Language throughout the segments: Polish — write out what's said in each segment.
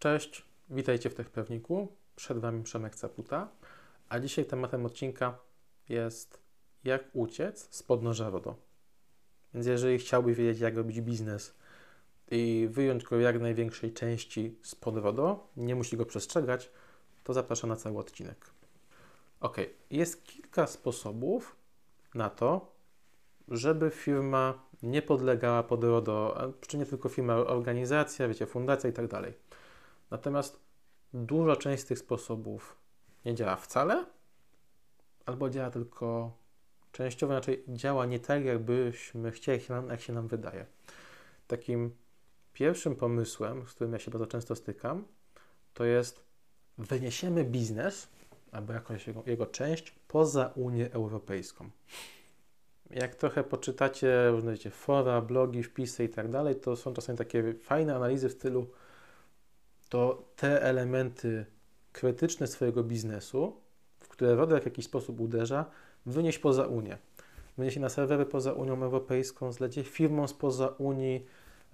Cześć, witajcie w TechPewniku. Przed Wami Przemek Caputa, a dzisiaj tematem odcinka jest jak uciec z podnóża RODO. Więc jeżeli chciałbyś wiedzieć, jak robić biznes i wyjąć go jak największej części spod RODO, nie musi go przestrzegać, to zapraszam na cały odcinek. Ok, jest kilka sposobów na to, żeby firma nie podlegała pod RODO, czy nie tylko firma, organizacja, fundacja i tak dalej. Natomiast duża część z tych sposobów nie działa wcale, albo działa tylko częściowo, inaczej działa nie tak, jakbyśmy chcieli, jak się nam wydaje. Takim pierwszym pomysłem, z którym ja się bardzo często stykam, to jest wyniesiemy biznes, albo jakąś jego część poza Unię Europejską. Jak trochę poczytacie różne fora, blogi, wpisy i tak dalej, to są czasami takie fajne analizy w stylu to te elementy krytyczne swojego biznesu, w które RODO w jakiś sposób uderza, wynieść poza Unię. Wynieść na serwery poza Unią Europejską, zlecie firmom spoza Unii,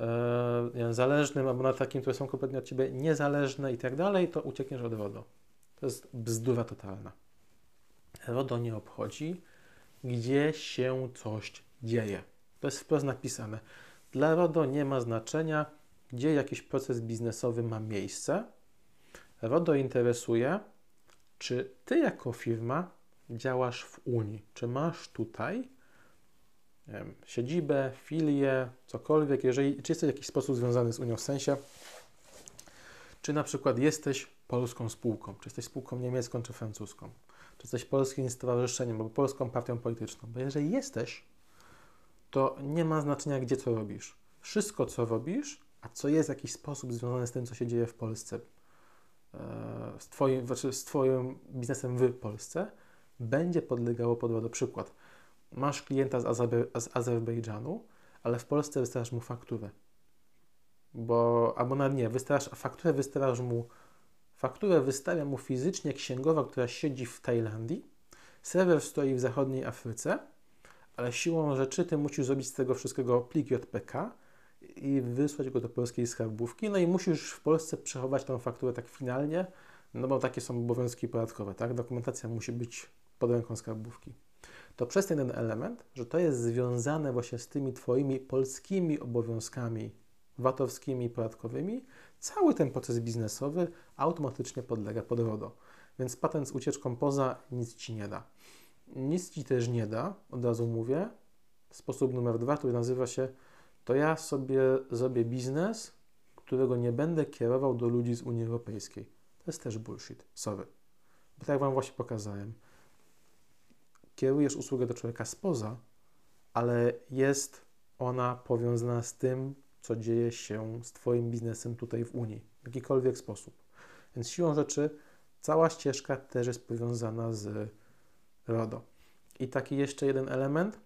zależnym albo na takim, które są kompletnie od Ciebie niezależne i tak dalej, to uciekniesz od RODO. To jest bzdura totalna. RODO nie obchodzi, gdzie się coś dzieje. To jest wprost napisane. Dla RODO nie ma znaczenia, gdzie jakiś proces biznesowy ma miejsce. RODO interesuje, czy Ty jako firma działasz w Unii, czy masz tutaj siedzibę, filię, cokolwiek, czy jesteś w jakiś sposób związany z Unią, w sensie, czy na przykład jesteś polską spółką, czy jesteś spółką niemiecką, czy francuską, czy jesteś polskim stowarzyszeniem, albo polską partią polityczną, bo jeżeli jesteś, to nie ma znaczenia, gdzie co robisz. Wszystko, co robisz, a co jest w jakiś sposób związane z tym, co się dzieje w Polsce, z Twoim biznesem w Polsce, będzie podlegało pod RODO. Przykład. Masz klienta z Azerbejdżanu, ale w Polsce wystawiasz mu fakturę. Fakturę wystawia mu fizycznie księgowa, która siedzi w Tajlandii, serwer stoi w zachodniej Afryce, ale siłą rzeczy Ty musisz zrobić z tego wszystkiego plik JPK i wysłać go do polskiej skarbówki, no i musisz w Polsce przechować tę fakturę tak finalnie, no bo takie są obowiązki podatkowe, tak? Dokumentacja musi być pod ręką skarbówki. To przez ten element, że to jest związane właśnie z tymi Twoimi polskimi obowiązkami VAT-owskimi i podatkowymi, cały ten proces biznesowy automatycznie podlega pod RODO. Więc patent z ucieczką poza nic Ci nie da. Nic Ci też nie da, od razu mówię, sposób numer 2, który nazywa się to ja sobie zrobię biznes, którego nie będę kierował do ludzi z Unii Europejskiej. To jest też bullshit, sorry. Bo tak Wam właśnie pokazałem. Kierujesz usługę do człowieka spoza, ale jest ona powiązana z tym, co dzieje się z Twoim biznesem tutaj w Unii, w jakikolwiek sposób. Więc siłą rzeczy cała ścieżka też jest powiązana z RODO. I taki jeszcze jeden element,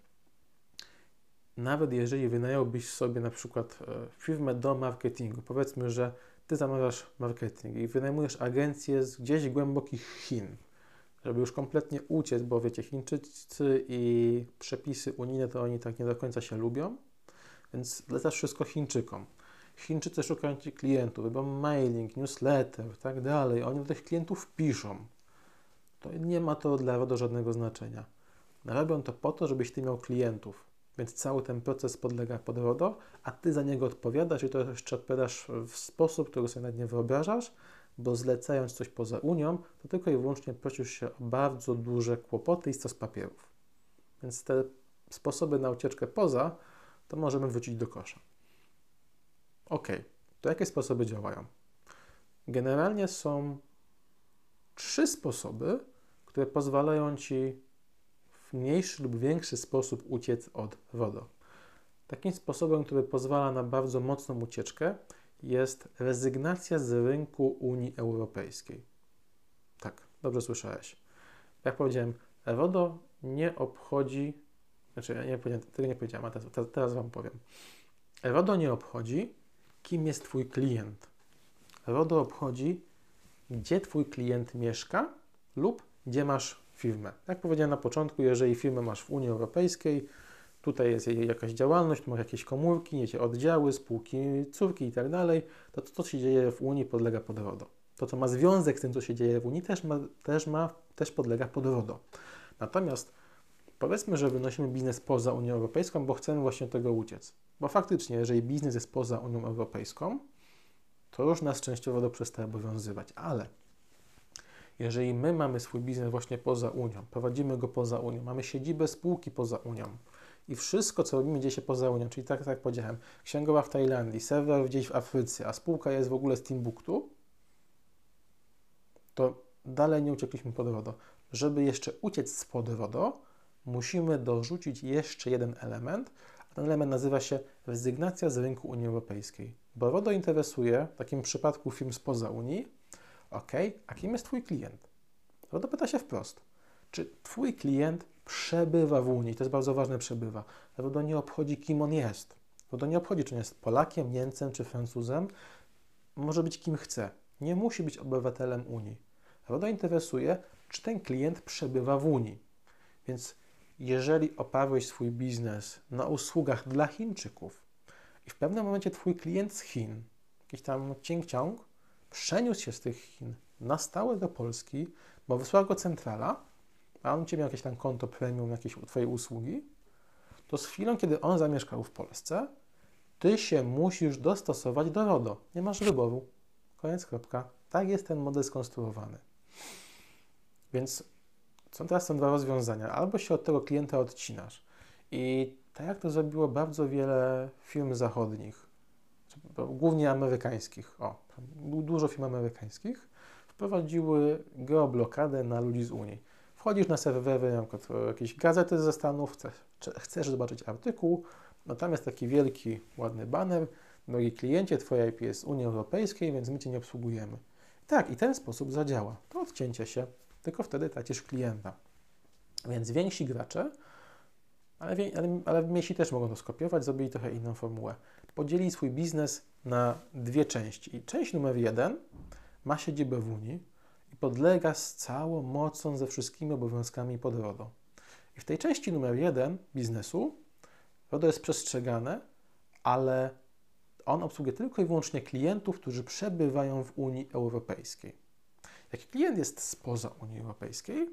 nawet jeżeli wynająłbyś sobie na przykład firmę do marketingu, powiedzmy, że Ty zamawiasz marketing i wynajmujesz agencję z gdzieś głębokich Chin, żeby już kompletnie uciec, bo wiecie, Chińczycy i przepisy unijne to oni tak nie do końca się lubią, więc zlecasz wszystko Chińczykom. Chińczycy szukają Ci klientów, robią mailing, newsletter i tak dalej, oni do tych klientów piszą. To nie ma to dla RODO żadnego znaczenia. Robią to po to, żebyś Ty miał klientów. Więc cały ten proces podlega pod RODO, a Ty za niego odpowiadasz i to jeszcze odpowiadasz w sposób, który sobie nawet nie wyobrażasz, bo zlecając coś poza Unią, to tylko i wyłącznie prosisz się o bardzo duże kłopoty i stos papierów. Więc te sposoby na ucieczkę poza, to możemy wrzucić do kosza. Ok, to jakie sposoby działają? Generalnie są 3 sposoby, które pozwalają Ci w mniejszy lub większy sposób uciec od RODO. Takim sposobem, który pozwala na bardzo mocną ucieczkę, jest rezygnacja z rynku Unii Europejskiej. Tak, dobrze słyszałeś. Jak powiedziałem, RODO nie obchodzi, tego nie powiedziałem, a teraz Wam powiem. RODO nie obchodzi, kim jest Twój klient. RODO obchodzi, gdzie Twój klient mieszka lub gdzie masz firmę. Jak powiedziałem na początku, jeżeli firmę masz w Unii Europejskiej, tutaj jest jej jakaś działalność, ma jakieś komórki, wiecie, oddziały, spółki, córki i tak dalej, to co się dzieje w Unii podlega pod RODO. To, co ma związek z tym, co się dzieje w Unii, też podlega pod RODO. Natomiast powiedzmy, że wynosimy biznes poza Unią Europejską, bo chcemy właśnie tego uciec. Bo faktycznie, jeżeli biznes jest poza Unią Europejską, to już nas częściowo RODO przestaje obowiązywać. Ale jeżeli my mamy swój biznes właśnie poza Unią, prowadzimy go poza Unią, mamy siedzibę spółki poza Unią i wszystko, co robimy, dzieje się poza Unią, czyli tak jak powiedziałem, księgowa w Tajlandii, serwer gdzieś w Afryce, a spółka jest w ogóle z Timbuktu, to dalej nie uciekliśmy pod RODO. Żeby jeszcze uciec spod RODO, musimy dorzucić jeszcze jeden element, a ten element nazywa się rezygnacja z rynku Unii Europejskiej. Bo RODO interesuje, w takim przypadku firm spoza Unii, OK, a kim jest Twój klient? RODO pyta się wprost, czy Twój klient przebywa w Unii? To jest bardzo ważne, przebywa. RODO nie obchodzi, kim on jest. RODO nie obchodzi, czy on jest Polakiem, Niemcem czy Francuzem. Może być kim chce. Nie musi być obywatelem Unii. RODO interesuje, czy ten klient przebywa w Unii. Więc jeżeli oparłeś swój biznes na usługach dla Chińczyków i w pewnym momencie Twój klient z Chin, jakiś tam cięg-ciąg, przeniósł się z tych Chin na stałe do Polski, bo wysłała go centrala, a on Cię miał jakieś tam konto premium, jakieś Twojej usługi, to z chwilą, kiedy on zamieszkał w Polsce, Ty się musisz dostosować do RODO. Nie masz wyboru. Koniec, kropka. Tak jest ten model skonstruowany. Więc teraz są dwa rozwiązania. Albo się od tego klienta odcinasz. I tak jak to zrobiło bardzo wiele firm zachodnich, głównie amerykańskich, dużo firm amerykańskich, wprowadziły geoblokadę na ludzi z Unii. Wchodzisz na serwery, na przykład jakieś gazety ze Stanów, chcesz zobaczyć artykuł, no tam jest taki wielki, ładny baner, drogi kliencie, Twoje IP jest z Unii Europejskiej, więc my Cię nie obsługujemy. Tak, i ten sposób zadziała. To odcięcie się, tylko wtedy tracisz klienta. Więc więksi gracze, ale mniejsi też mogą to skopiować, zrobili trochę inną formułę. Podzielili swój biznes na dwie części. I część numer 1 ma siedzibę w Unii i podlega z całą mocą ze wszystkimi obowiązkami pod RODO. I w tej części numer 1 biznesu RODO jest przestrzegane, ale on obsługuje tylko i wyłącznie klientów, którzy przebywają w Unii Europejskiej. Jak klient jest spoza Unii Europejskiej,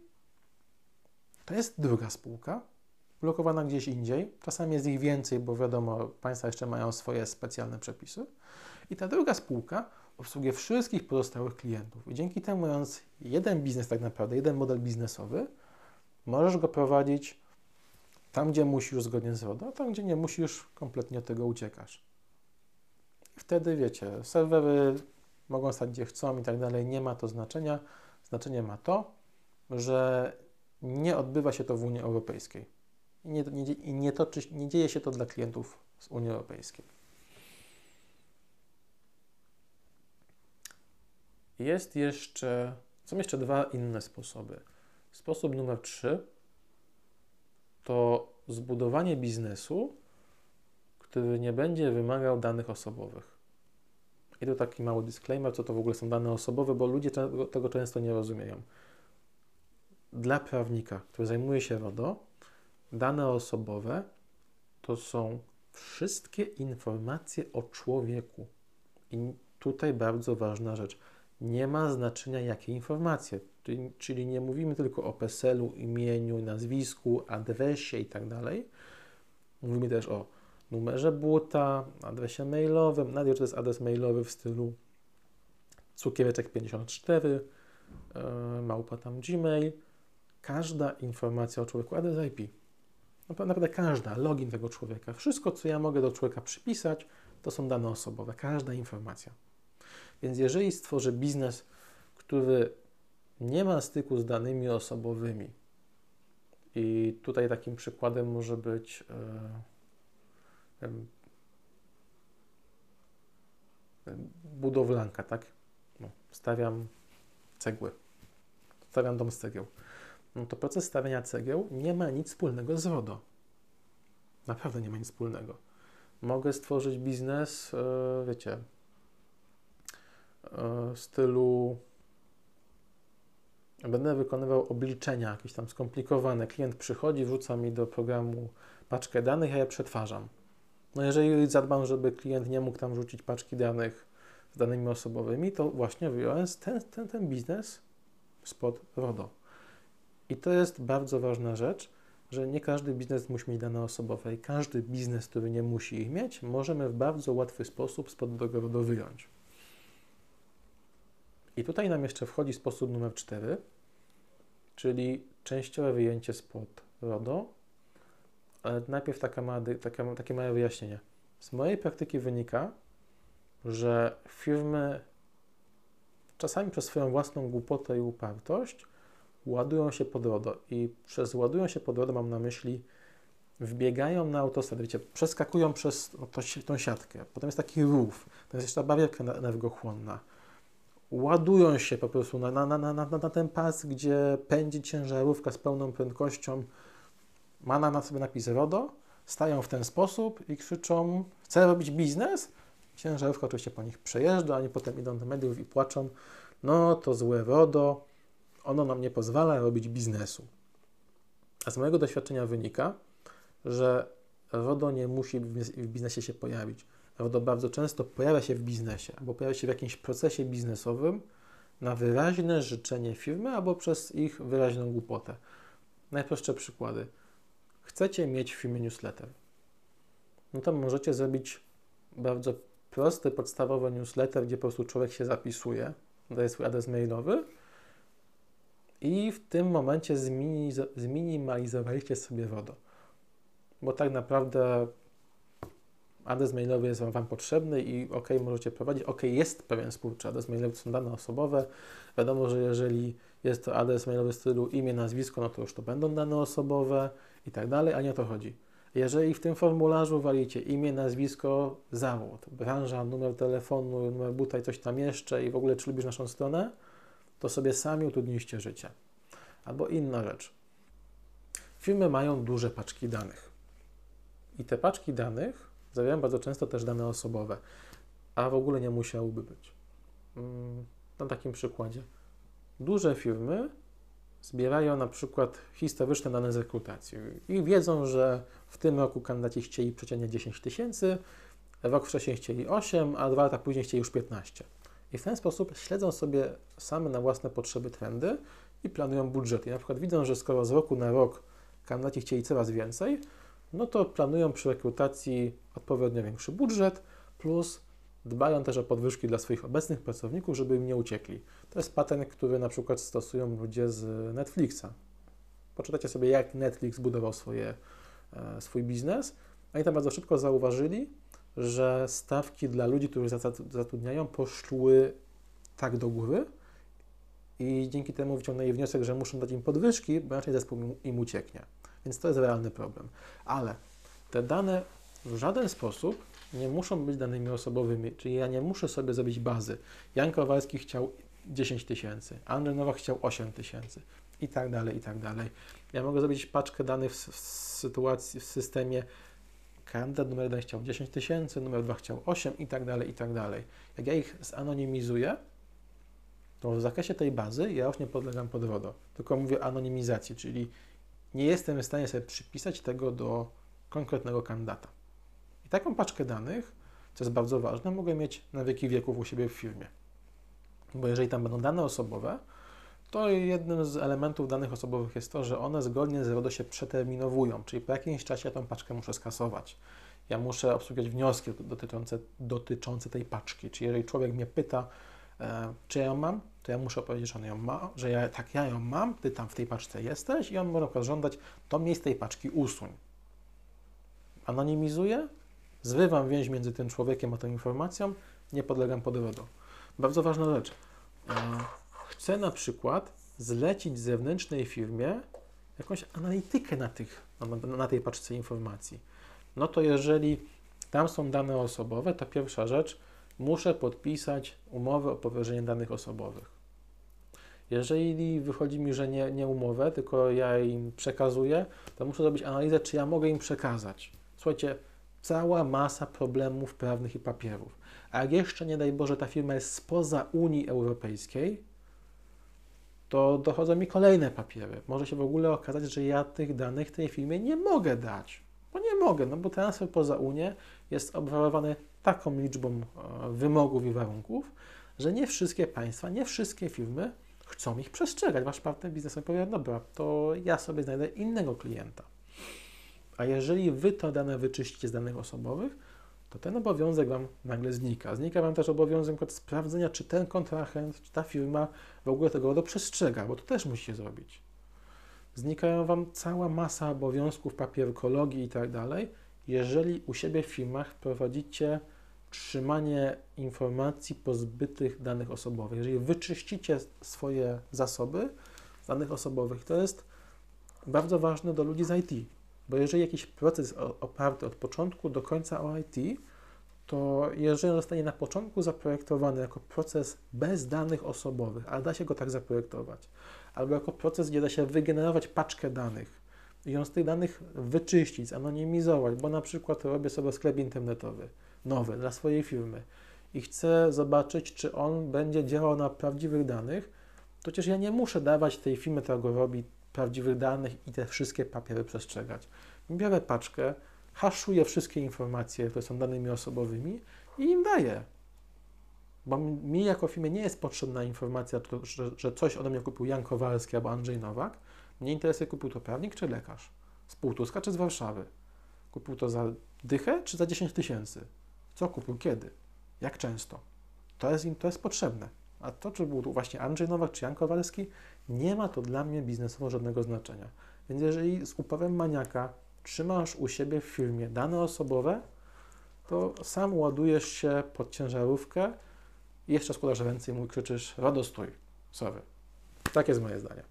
to jest druga spółka, blokowana gdzieś indziej. Czasami jest ich więcej, bo wiadomo, państwa jeszcze mają swoje specjalne przepisy. I ta druga spółka obsługuje wszystkich pozostałych klientów. I dzięki temu, mając jeden biznes tak naprawdę, jeden model biznesowy, możesz go prowadzić tam, gdzie musisz zgodnie z RODO, a tam, gdzie nie musisz, kompletnie od tego uciekasz. I wtedy, wiecie, serwery mogą stać gdzie chcą i tak dalej, nie ma to znaczenia. Znaczenie ma to, że nie odbywa się to w Unii Europejskiej. I nie dzieje się to dla klientów z Unii Europejskiej. Są jeszcze dwa inne sposoby. Sposób numer 3 to zbudowanie biznesu, który nie będzie wymagał danych osobowych. I tu taki mały disclaimer, co to w ogóle są dane osobowe, bo ludzie tego często nie rozumieją. Dla prawnika, który zajmuje się RODO, dane osobowe to są wszystkie informacje o człowieku. I tutaj bardzo ważna rzecz. Nie ma znaczenia, jakie informacje. Czyli nie mówimy tylko o PESEL-u, imieniu, nazwisku, adresie i tak dalej. Mówimy też o numerze buta, adresie mailowym, nawet to jest adres mailowy w stylu cukiereczek54, małpa tam Gmail. Każda informacja o człowieku, adres IP. Naprawdę każda, login tego człowieka. Wszystko, co ja mogę do człowieka przypisać, to są dane osobowe. Każda informacja. Więc jeżeli stworzę biznes, który nie ma styku z danymi osobowymi i tutaj takim przykładem może być budowlanka, tak? Stawiam cegły. Stawiam dom z cegieł. No to proces stawiania cegieł nie ma nic wspólnego z RODO. Naprawdę nie ma nic wspólnego. Mogę stworzyć biznes, w stylu będę wykonywał obliczenia jakieś tam skomplikowane. Klient przychodzi, wrzuca mi do programu paczkę danych, ja je przetwarzam. No jeżeli zadbam, żeby klient nie mógł tam wrzucić paczki danych z danymi osobowymi, to właśnie wyjąłem ten biznes spod RODO. I to jest bardzo ważna rzecz, że nie każdy biznes musi mieć dane osobowe i każdy biznes, który nie musi ich mieć, możemy w bardzo łatwy sposób spod tego RODO wyjąć. I tutaj nam jeszcze wchodzi sposób numer 4, czyli częściowe wyjęcie spod RODO, ale najpierw takie małe wyjaśnienie. Z mojej praktyki wynika, że firmy czasami przez swoją własną głupotę i upartość ładują się pod RODO i przez ładują się pod RODO mam na myśli wbiegają na autostradę, wiecie, przeskakują przez tą siatkę, potem jest taki rów, to jest jeszcze ta barierka energochłonna. Ładują się po prostu na ten pas, gdzie pędzi ciężarówka z pełną prędkością, ma na sobie napis RODO, stają w ten sposób i krzyczą, chcę robić biznes? Ciężarówka oczywiście po nich przejeżdża, oni potem idą do mediów i płaczą, no to złe RODO, ono nam nie pozwala robić biznesu. A z mojego doświadczenia wynika, że RODO nie musi w biznesie się pojawić. RODO bardzo często pojawia się w biznesie, albo pojawia się w jakimś procesie biznesowym na wyraźne życzenie firmy, albo przez ich wyraźną głupotę. Najprostsze przykłady. Chcecie mieć w firmie newsletter. No to możecie zrobić bardzo prosty, podstawowy newsletter, gdzie po prostu człowiek się zapisuje, daje swój adres mailowy i w tym momencie zminimalizowaliście sobie RODO. Bo tak naprawdę adres mailowy jest Wam potrzebny i możecie prowadzić. Jest pewien spółczy adres mailowy, to są dane osobowe. Wiadomo, że jeżeli jest to adres mailowy w stylu imię, nazwisko, no to już to będą dane osobowe i tak dalej, a nie o to chodzi. Jeżeli w tym formularzu walicie imię, nazwisko, zawód, branża, numer telefonu, numer buta i coś tam jeszcze i w ogóle czy lubisz naszą stronę, to sobie sami utrudniliście życie. Albo inna rzecz. Firmy mają duże paczki danych. I te paczki danych zawierają bardzo często też dane osobowe, a w ogóle nie musiałyby być. Na takim przykładzie. Duże firmy zbierają na przykład historyczne dane z rekrutacji i wiedzą, że w tym roku kandydaci chcieli przeciętnie 10 000, rok wcześniej chcieli 8, a 2 lata później chcieli już 15. I w ten sposób śledzą sobie same na własne potrzeby trendy i planują budżety. I na przykład widzą, że skoro z roku na rok kandydaci chcieli coraz więcej, no to planują przy rekrutacji odpowiednio większy budżet, plus dbają też o podwyżki dla swoich obecnych pracowników, żeby im nie uciekli. To jest patent, który na przykład stosują ludzie z Netflixa. Poczytajcie sobie, jak Netflix budował swój biznes. Oni tam bardzo szybko zauważyli, że stawki dla ludzi, których zatrudniają, poszły tak do góry i dzięki temu wyciągnęli wniosek, że muszą dać im podwyżki, bo inaczej zespół im ucieknie. Więc to jest realny problem. Ale te dane w żaden sposób nie muszą być danymi osobowymi, czyli ja nie muszę sobie zrobić bazy. Jan Kowalski chciał 10 000, Andrzej Nowak chciał 8 000 i tak dalej, i tak dalej. Ja mogę zrobić paczkę danych w systemie kandydat numer 1 chciał 10 000, numer 2 chciał 8 i tak dalej, i tak dalej. Jak ja ich zanonimizuję, to w zakresie tej bazy ja już nie podlegam pod RODO, tylko mówię o anonimizacji, czyli nie jestem w stanie sobie przypisać tego do konkretnego kandydata. I taką paczkę danych, co jest bardzo ważne, mogę mieć na wieki wieków u siebie w firmie. Bo jeżeli tam będą dane osobowe, to jednym z elementów danych osobowych jest to, że one zgodnie z RODO się przeterminowują, czyli po jakimś czasie tą paczkę muszę skasować. Ja muszę obsługiwać wnioski dotyczące tej paczki. Czyli jeżeli człowiek mnie pyta, czy ja ją mam, to ja muszę powiedzieć, że on ją ma, że ja ją mam, ty tam w tej paczce jesteś i on może na przykład żądać, to mnie z tej paczki usuń. Anonimizuję, zrywam więź między tym człowiekiem a tą informacją, nie podlegam pod RODO. Bardzo ważna rzecz. Chcę na przykład zlecić zewnętrznej firmie jakąś analitykę na tej paczce informacji. No to jeżeli tam są dane osobowe, to pierwsza rzecz, muszę podpisać umowę o powierzenie danych osobowych. Jeżeli wychodzi mi, że nie umowę, tylko ja im przekazuję, to muszę zrobić analizę, czy ja mogę im przekazać. Słuchajcie, cała masa problemów prawnych i papierów. A jak jeszcze, nie daj Boże, ta firma jest spoza Unii Europejskiej, to dochodzą mi kolejne papiery. Może się w ogóle okazać, że ja tych danych tej firmie nie mogę dać. Bo nie mogę, no bo transfer poza Unię jest obwarowany taką liczbą wymogów i warunków, że nie wszystkie państwa, nie wszystkie firmy chcą ich przestrzegać. Wasz partner biznesowy powie, dobra, to ja sobie znajdę innego klienta. A jeżeli wy to dane wyczyścicie z danych osobowych, to ten obowiązek Wam nagle znika. Znika Wam też obowiązek sprawdzenia, czy ten kontrahent, czy ta firma w ogóle tego RODO przestrzega, bo to też musicie zrobić. Znikają Wam cała masa obowiązków, papierkologii i tak dalej, jeżeli u siebie w firmach prowadzicie trzymanie informacji pozbytych danych osobowych. Jeżeli wyczyścicie swoje zasoby z danych osobowych, to jest bardzo ważne do ludzi z IT. Bo jeżeli jakiś proces oparty od początku do końca o IT, to jeżeli zostanie na początku zaprojektowany jako proces bez danych osobowych, a da się go tak zaprojektować, albo jako proces, gdzie da się wygenerować paczkę danych i ją z tych danych wyczyścić, zanonimizować, bo na przykład robię sobie sklep internetowy nowy dla swojej firmy i chcę zobaczyć, czy on będzie działał na prawdziwych danych, to przecież ja nie muszę dawać tej firmie, która go robi, prawdziwych danych i te wszystkie papiery przestrzegać. Biorę paczkę, haszuję wszystkie informacje, które są danymi osobowymi i im daję. Bo mi jako firmie nie jest potrzebna informacja, że coś ode mnie kupił Jan Kowalski albo Andrzej Nowak. Mnie interesuje, kupił to prawnik czy lekarz? Z Półtuska czy z Warszawy? Kupił to za dychę czy za 10 tysięcy? Co kupił, kiedy? Jak często? To jest potrzebne. A to, czy był tu właśnie Andrzej Nowak czy Jan Kowalski, nie ma to dla mnie biznesowo żadnego znaczenia. Więc jeżeli z upawem maniaka trzymasz u siebie w firmie dane osobowe, to sam ładujesz się pod ciężarówkę i jeszcze składasz ręce i mu krzyczysz: RODO stój, sorry. Tak jest moje zdanie.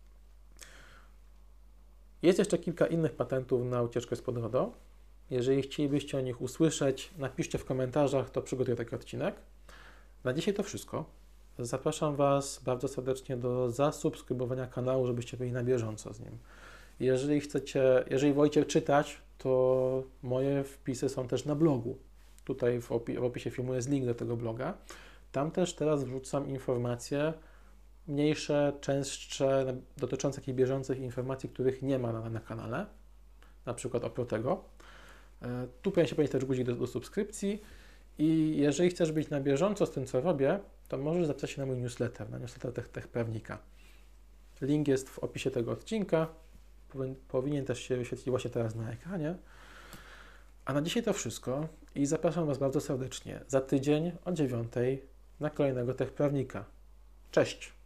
Jest jeszcze kilka innych patentów na ucieczkę spod RODO. Jeżeli chcielibyście o nich usłyszeć, napiszcie w komentarzach, to przygotuję taki odcinek. Na dzisiaj to wszystko. Zapraszam Was bardzo serdecznie do zasubskrybowania kanału, żebyście byli na bieżąco z nim. Jeżeli wolicie czytać, to moje wpisy są też na blogu. Tutaj w opisie filmu jest link do tego bloga. Tam też teraz wrzucam informacje mniejsze, częstsze, dotyczące takich bieżących informacji, których nie ma na kanale, na przykład o Protego. Tu powinien się pojawić też guzik do subskrypcji i jeżeli chcesz być na bieżąco z tym, co robię, to możesz zapisać się na mój newsletter, na newsletter Tech Prawnika. Link jest w opisie tego odcinka. Powinien też się wyświetlić właśnie teraz na ekranie. A na dzisiaj to wszystko i zapraszam Was bardzo serdecznie za tydzień o 9:00 na kolejnego Tech Prawnika. Cześć!